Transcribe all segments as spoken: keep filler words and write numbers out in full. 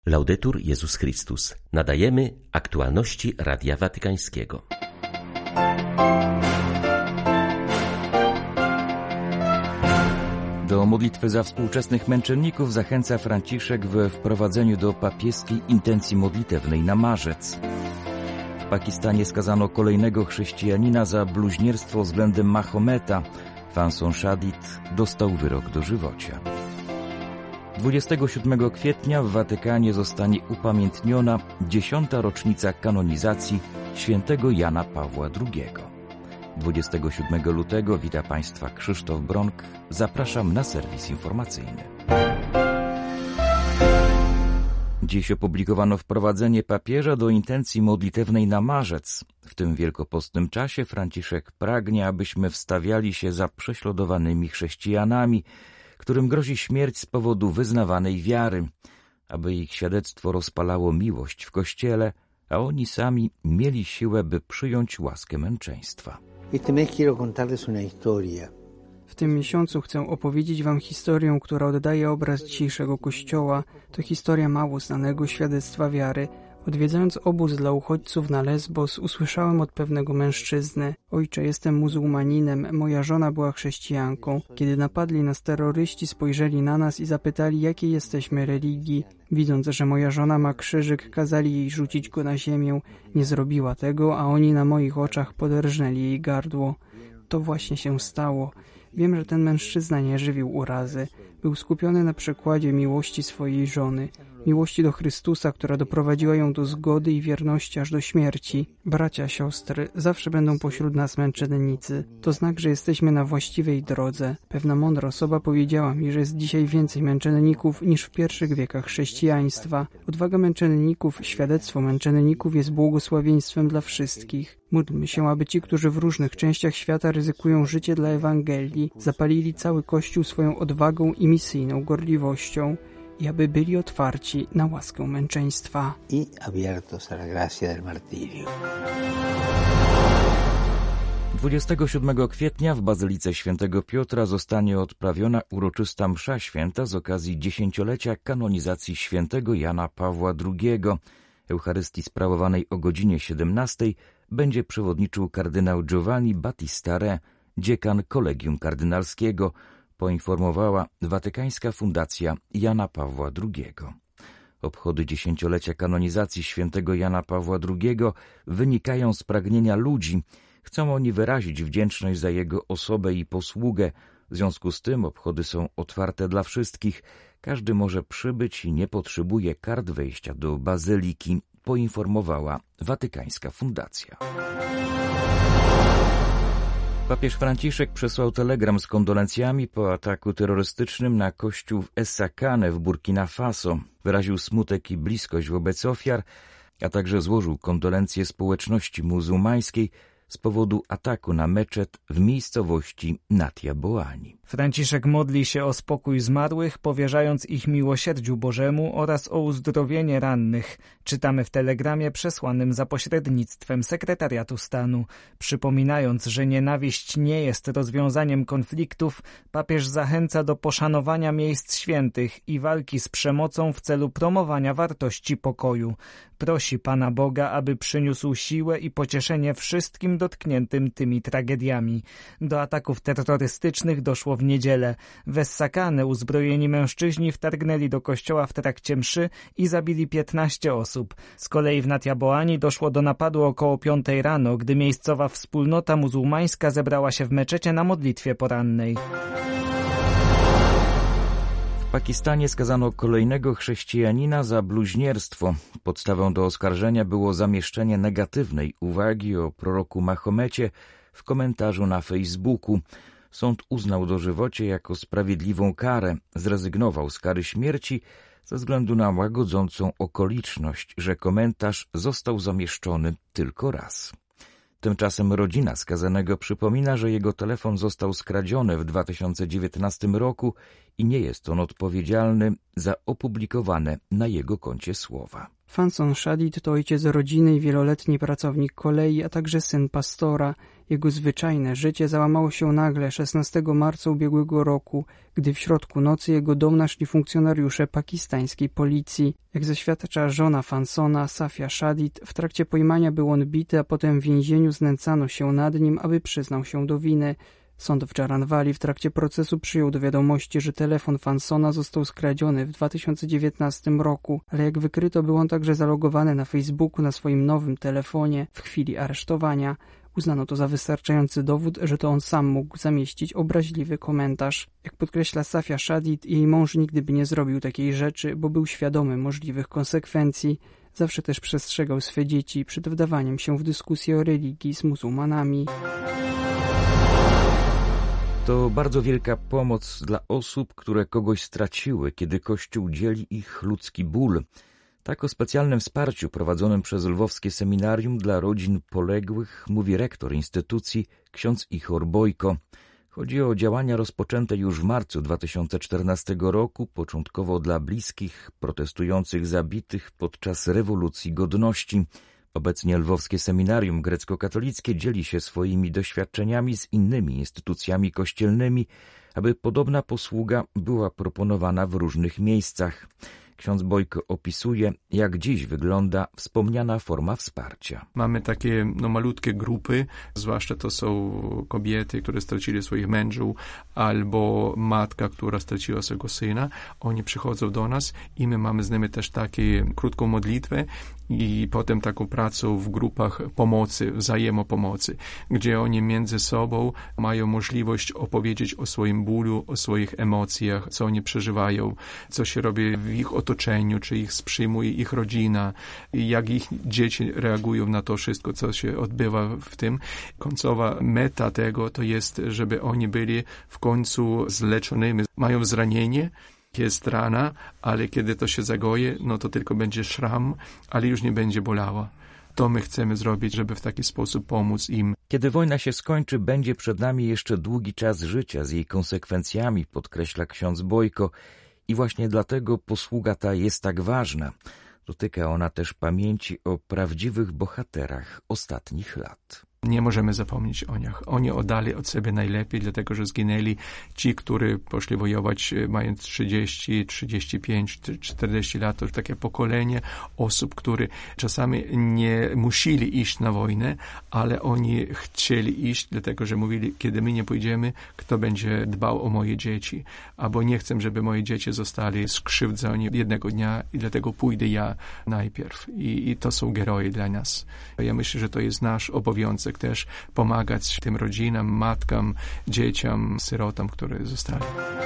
Laudetur Jezus Chrystus. Nadajemy aktualności Radia Watykańskiego. Do modlitwy za współczesnych męczenników zachęca Franciszek we wprowadzeniu do papieskiej intencji modlitewnej na marzec. W Pakistanie skazano kolejnego chrześcijanina za bluźnierstwo względem Mahometa. Fanson Shadid dostał wyrok dożywocia. dwudziestego siódmego kwietnia w Watykanie zostanie upamiętniona dziesiąta rocznica kanonizacji świętego Jana Pawła drugiego. dwudziestego siódmego lutego wita Państwa Krzysztof Bronk. Zapraszam na serwis informacyjny. Dziś opublikowano wprowadzenie papieża do intencji modlitewnej na marzec. W tym wielkopostnym czasie Franciszek pragnie, abyśmy wstawiali się za prześladowanymi chrześcijanami, którym grozi śmierć z powodu wyznawanej wiary, aby ich świadectwo rozpalało miłość w Kościele, a oni sami mieli siłę, by przyjąć łaskę męczeństwa. W tym miesiącu chcę opowiedzieć Wam historię, która oddaje obraz dzisiejszego Kościoła. To historia mało znanego świadectwa wiary. Odwiedzając obóz dla uchodźców na Lesbos, usłyszałem od pewnego mężczyzny: Ojcze, jestem muzułmaninem, moja żona była chrześcijanką. Kiedy napadli nas terroryści, spojrzeli na nas i zapytali, jakiej jesteśmy religii. Widząc, że moja żona ma krzyżyk, kazali jej rzucić go na ziemię. Nie zrobiła tego, a oni na moich oczach poderżnęli jej gardło. To właśnie się stało. Wiem, że ten mężczyzna nie żywił urazy. Był skupiony na przykładzie miłości swojej żony, miłości do Chrystusa, która doprowadziła ją do zgody i wierności aż do śmierci. Bracia, siostry, zawsze będą pośród nas męczennicy. To znak, że jesteśmy na właściwej drodze. Pewna mądra osoba powiedziała mi, że jest dzisiaj więcej męczenników niż w pierwszych wiekach chrześcijaństwa. Odwaga męczenników, świadectwo męczenników jest błogosławieństwem dla wszystkich. Módlmy się, aby ci, którzy w różnych częściach świata ryzykują życie dla Ewangelii, zapalili cały Kościół swoją odwagą i misyjną gorliwością i aby byli otwarci na łaskę męczeństwa. I abiertos a la gracia del martirio. dwudziestego siódmego kwietnia w Bazylice Świętego Piotra zostanie odprawiona uroczysta msza święta z okazji dziesięciolecia kanonizacji świętego Jana Pawła drugiego. Eucharystii sprawowanej o godzinie siedemnastej będzie przewodniczył kardynał Giovanni Battista Re, dziekan Kolegium Kardynalskiego, poinformowała Watykańska Fundacja Jana Pawła drugiego. Obchody dziesięciolecia kanonizacji świętego Jana Pawła drugiego wynikają z pragnienia ludzi. Chcą oni wyrazić wdzięczność za jego osobę i posługę. W związku z tym obchody są otwarte dla wszystkich. Każdy może przybyć i nie potrzebuje kart wejścia do bazyliki, poinformowała Watykańska Fundacja. Papież Franciszek przesłał telegram z kondolencjami po ataku terrorystycznym na kościół w Essakane w Burkina Faso. Wyraził smutek i bliskość wobec ofiar, a także złożył kondolencje społeczności muzułmańskiej z powodu ataku na meczet w miejscowości Natia Boani. Franciszek modli się o spokój zmarłych, powierzając ich miłosierdziu Bożemu oraz o uzdrowienie rannych. Czytamy w telegramie przesłanym za pośrednictwem Sekretariatu Stanu. Przypominając, że nienawiść nie jest rozwiązaniem konfliktów, papież zachęca do poszanowania miejsc świętych i walki z przemocą w celu promowania wartości pokoju. Prosi Pana Boga, aby przyniósł siłę i pocieszenie wszystkim dotkniętym tymi tragediami. Do ataków terrorystycznych doszło w niedzielę. W Essakane uzbrojeni mężczyźni wtargnęli do kościoła w trakcie mszy i zabili piętnaście osób. Z kolei w Natia Boani doszło do napadu około piątej rano, gdy miejscowa wspólnota muzułmańska zebrała się w meczecie na modlitwie porannej. W Pakistanie skazano kolejnego chrześcijanina za bluźnierstwo. Podstawą do oskarżenia było zamieszczenie negatywnej uwagi o proroku Mahomecie w komentarzu na Facebooku. Sąd uznał dożywocie jako sprawiedliwą karę. Zrezygnował z kary śmierci ze względu na łagodzącą okoliczność, że komentarz został zamieszczony tylko raz. Tymczasem rodzina skazanego przypomina, że jego telefon został skradziony w dwa tysiące dziewiętnastym roku i nie jest on odpowiedzialny za opublikowane na jego koncie słowa. Fanson Shadid to ojciec rodziny i wieloletni pracownik kolei, a także syn pastora. Jego zwyczajne życie załamało się nagle szesnastego marca ubiegłego roku, gdy w środku nocy jego dom naszli funkcjonariusze pakistańskiej policji. Jak zaświadcza żona Fansona, Safia Shadid, w trakcie pojmania był on bity, a potem w więzieniu znęcano się nad nim, aby przyznał się do winy. Sąd w Jaranwali w trakcie procesu przyjął do wiadomości, że telefon Fansona został skradziony w dwa tysiące dziewiętnastym roku, ale jak wykryto, był on także zalogowany na Facebooku na swoim nowym telefonie w chwili aresztowania. Uznano to za wystarczający dowód, że to on sam mógł zamieścić obraźliwy komentarz. Jak podkreśla Safia Shadid, jej mąż nigdy by nie zrobił takiej rzeczy, bo był świadomy możliwych konsekwencji. Zawsze też przestrzegał swe dzieci przed wdawaniem się w dyskusję o religii z muzułmanami. To bardzo wielka pomoc dla osób, które kogoś straciły, kiedy Kościół dzieli ich ludzki ból. Tak o specjalnym wsparciu prowadzonym przez lwowskie seminarium dla rodzin poległych mówi rektor instytucji, ksiądz Ichor Bojko. Chodzi o działania rozpoczęte już w marcu dwa tysiące czternastego roku, początkowo dla bliskich protestujących zabitych podczas rewolucji godności. Obecnie lwowskie seminarium grecko-katolickie dzieli się swoimi doświadczeniami z innymi instytucjami kościelnymi, aby podobna posługa była proponowana w różnych miejscach. Ksiądz Bojko opisuje, jak dziś wygląda wspomniana forma wsparcia. Mamy takie no, malutkie grupy, zwłaszcza to są kobiety, które stracili swoich mężów, albo matka, która straciła swojego syna. Oni przychodzą do nas i my mamy z nimi też taką krótką modlitwę i potem taką pracę w grupach pomocy, wzajemnopomocy, gdzie oni między sobą mają możliwość opowiedzieć o swoim bólu, o swoich emocjach, co oni przeżywają, co się robi w ich otoczeniu, czy ich przyjmuje ich rodzina, jak ich dzieci reagują na to wszystko, co się odbywa w tym. Końcowa meta tego to jest, żeby oni byli w końcu zleczonymi. Mają zranienie, jest rana, ale kiedy to się zagoje, no to tylko będzie szram, ale już nie będzie bolała. To my chcemy zrobić, żeby w taki sposób pomóc im. Kiedy wojna się skończy, będzie przed nami jeszcze długi czas życia z jej konsekwencjami, podkreśla ksiądz Bojko. I właśnie dlatego posługa ta jest tak ważna. Dotyka ona też pamięci o prawdziwych bohaterach ostatnich lat. Nie możemy zapomnieć o nich. Oni oddali od siebie najlepiej, dlatego że zginęli ci, którzy poszli wojować mając trzydzieści, trzydzieści pięć, czterdzieści lat. To już takie pokolenie osób, które czasami nie musieli iść na wojnę, ale oni chcieli iść, dlatego że mówili, kiedy my nie pójdziemy, kto będzie dbał o moje dzieci. Albo nie chcę, żeby moje dzieci zostali skrzywdzeni jednego dnia i dlatego pójdę ja najpierw. I, i to są geroje dla nas. Ja myślę, że to jest nasz obowiązek też pomagać tym rodzinom, matkom, dzieciom, syrotom, które zostali.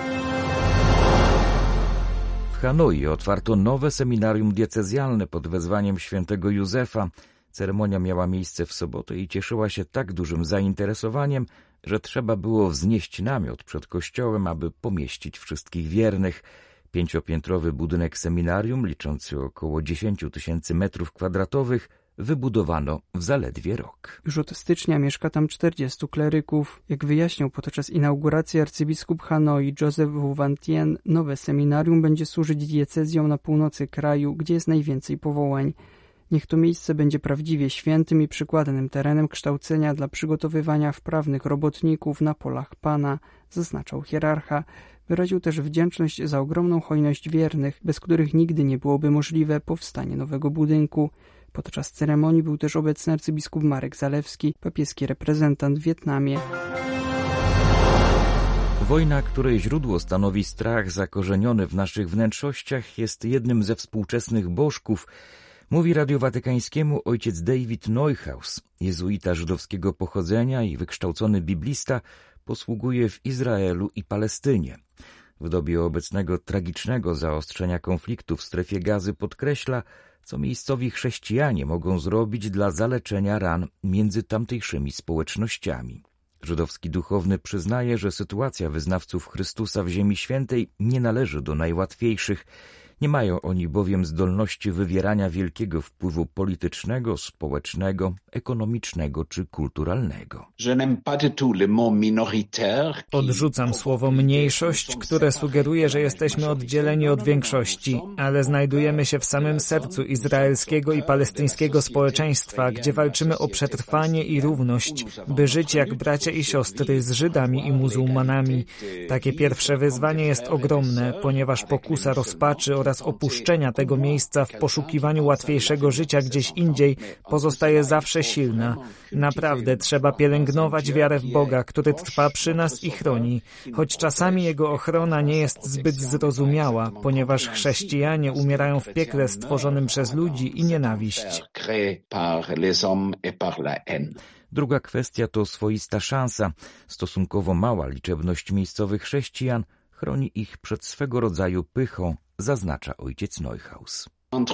W Hanoi otwarto nowe seminarium diecezjalne pod wezwaniem świętego Józefa. Ceremonia miała miejsce w sobotę i cieszyła się tak dużym zainteresowaniem, że trzeba było wznieść namiot przed kościołem, aby pomieścić wszystkich wiernych. Pięciopiętrowy budynek seminarium, liczący około dziesięć tysięcy metrów kwadratowych, wybudowano w zaledwie rok. Już od stycznia mieszka tam czterdziestu kleryków. Jak wyjaśnił podczas inauguracji arcybiskup Hanoi Joseph Wu Van Tien, nowe seminarium będzie służyć diecezjom na północy kraju, gdzie jest najwięcej powołań. Niech to miejsce będzie prawdziwie świętym i przykładnym terenem kształcenia dla przygotowywania wprawnych robotników na polach Pana, zaznaczał hierarcha. Wyraził też wdzięczność za ogromną hojność wiernych, bez których nigdy nie byłoby możliwe powstanie nowego budynku. Podczas ceremonii był też obecny arcybiskup Marek Zalewski, papieski reprezentant w Wietnamie. Wojna, której źródło stanowi strach zakorzeniony w naszych wnętrzościach, jest jednym ze współczesnych bożków, mówi Radiu Watykańskiemu ojciec David Neuhaus, jezuita żydowskiego pochodzenia i wykształcony biblista, posługuje w Izraelu i Palestynie. W dobie obecnego tragicznego zaostrzenia konfliktu w strefie Gazy podkreśla, co miejscowi chrześcijanie mogą zrobić dla zaleczenia ran między tamtejszymi społecznościami. Żydowski duchowny przyznaje, że sytuacja wyznawców Chrystusa w Ziemi Świętej nie należy do najłatwiejszych. Nie mają oni bowiem zdolności wywierania wielkiego wpływu politycznego, społecznego, ekonomicznego czy kulturalnego. Odrzucam słowo mniejszość, które sugeruje, że jesteśmy oddzieleni od większości, ale znajdujemy się w samym sercu izraelskiego i palestyńskiego społeczeństwa, gdzie walczymy o przetrwanie i równość, by żyć jak bracia i siostry z Żydami i muzułmanami. Takie pierwsze wyzwanie jest ogromne, ponieważ pokusa rozpaczy oraz opuszczenia tego miejsca w poszukiwaniu łatwiejszego życia gdzieś indziej pozostaje zawsze silna. Naprawdę trzeba pielęgnować wiarę w Boga, który trwa przy nas i chroni, choć czasami Jego ochrona nie jest zbyt zrozumiała, ponieważ chrześcijanie umierają w piekle stworzonym przez ludzi i nienawiść. Druga kwestia to swoista szansa. Stosunkowo mała liczebność miejscowych chrześcijan chroni ich przed swego rodzaju pychą, zaznacza ojciec Neuhaus.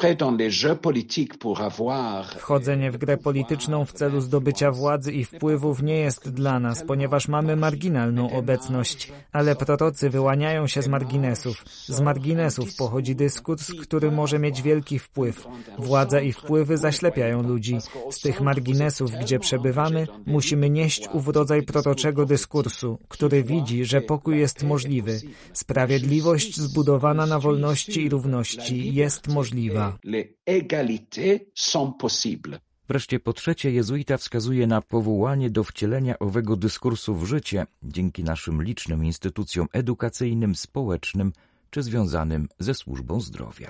Wchodzenie w grę polityczną w celu zdobycia władzy i wpływów nie jest dla nas, ponieważ mamy marginalną obecność, ale prorocy wyłaniają się z marginesów. Z marginesów pochodzi dyskurs, który może mieć wielki wpływ. Władza i wpływy zaślepiają ludzi. Z tych marginesów, gdzie przebywamy, musimy nieść ów rodzaj proroczego dyskursu, który widzi, że pokój jest możliwy. Sprawiedliwość zbudowana na wolności i równości jest możliwa. Wreszcie po trzecie jezuita wskazuje na powołanie do wcielenia owego dyskursu w życie dzięki naszym licznym instytucjom edukacyjnym, społecznym czy związanym ze służbą zdrowia.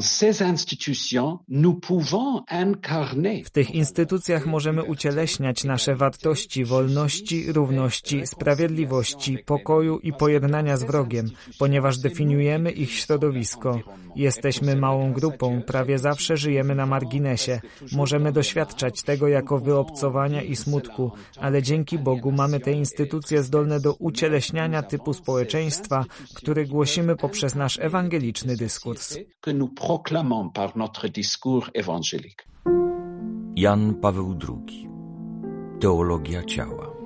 W tych instytucjach możemy ucieleśniać nasze wartości wolności, równości, sprawiedliwości, pokoju i pojednania z wrogiem, ponieważ definiujemy ich środowisko. Jesteśmy małą grupą, prawie zawsze żyjemy na marginesie. Możemy doświadczać tego jako wyobcowania i smutku, ale dzięki Bogu mamy te instytucje zdolne do ucieleśniania typu społeczeństwa, który głosimy poprzez przez nasz ewangeliczny dyskurs. Jan Paweł drugi. Teologia ciała.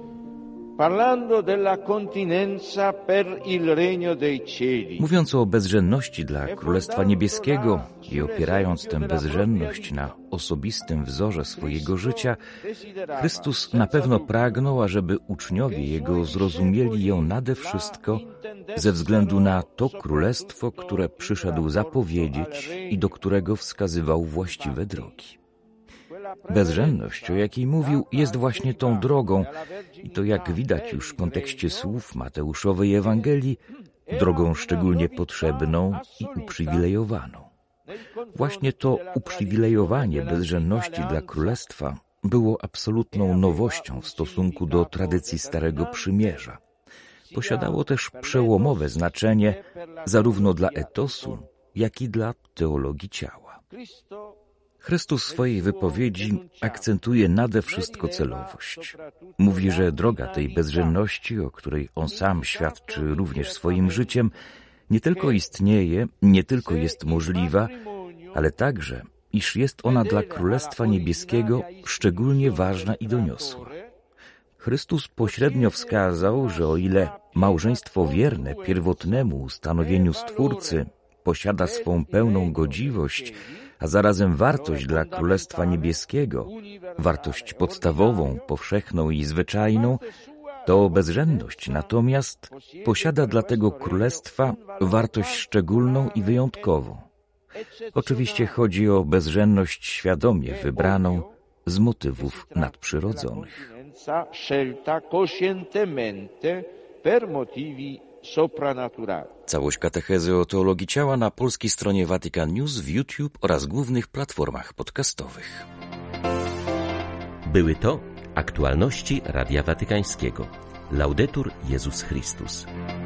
Mówiąc o bezżenności dla Królestwa Niebieskiego i opierając tę bezżenność na osobistym wzorze swojego życia, Chrystus na pewno pragnął, ażeby uczniowie Jego zrozumieli ją nade wszystko ze względu na to Królestwo, które przyszedł zapowiedzieć i do którego wskazywał właściwe drogi. Bezżenność, o jakiej mówił, jest właśnie tą drogą i to, jak widać już w kontekście słów Mateuszowej Ewangelii, drogą szczególnie potrzebną i uprzywilejowaną. Właśnie to uprzywilejowanie bezżenności dla Królestwa było absolutną nowością w stosunku do tradycji Starego Przymierza. Posiadało też przełomowe znaczenie zarówno dla etosu, jak i dla teologii ciała. Chrystus w swojej wypowiedzi akcentuje nade wszystko celowość. Mówi, że droga tej bezżenności, o której On sam świadczy również swoim życiem, nie tylko istnieje, nie tylko jest możliwa, ale także, iż jest ona dla Królestwa Niebieskiego szczególnie ważna i doniosła. Chrystus pośrednio wskazał, że o ile małżeństwo wierne pierwotnemu ustanowieniu Stwórcy posiada swą pełną godziwość, a zarazem wartość dla Królestwa Niebieskiego, wartość podstawową, powszechną i zwyczajną, to bezżenność natomiast posiada dla tego Królestwa wartość szczególną i wyjątkową. Oczywiście chodzi o bezżenność świadomie wybraną z motywów nadprzyrodzonych. Całość katechezy o teologii ciała na polskiej stronie Vatican News, w YouTube oraz głównych platformach podcastowych. Były to aktualności Radia Watykańskiego. Laudetur Jezus Chrystus.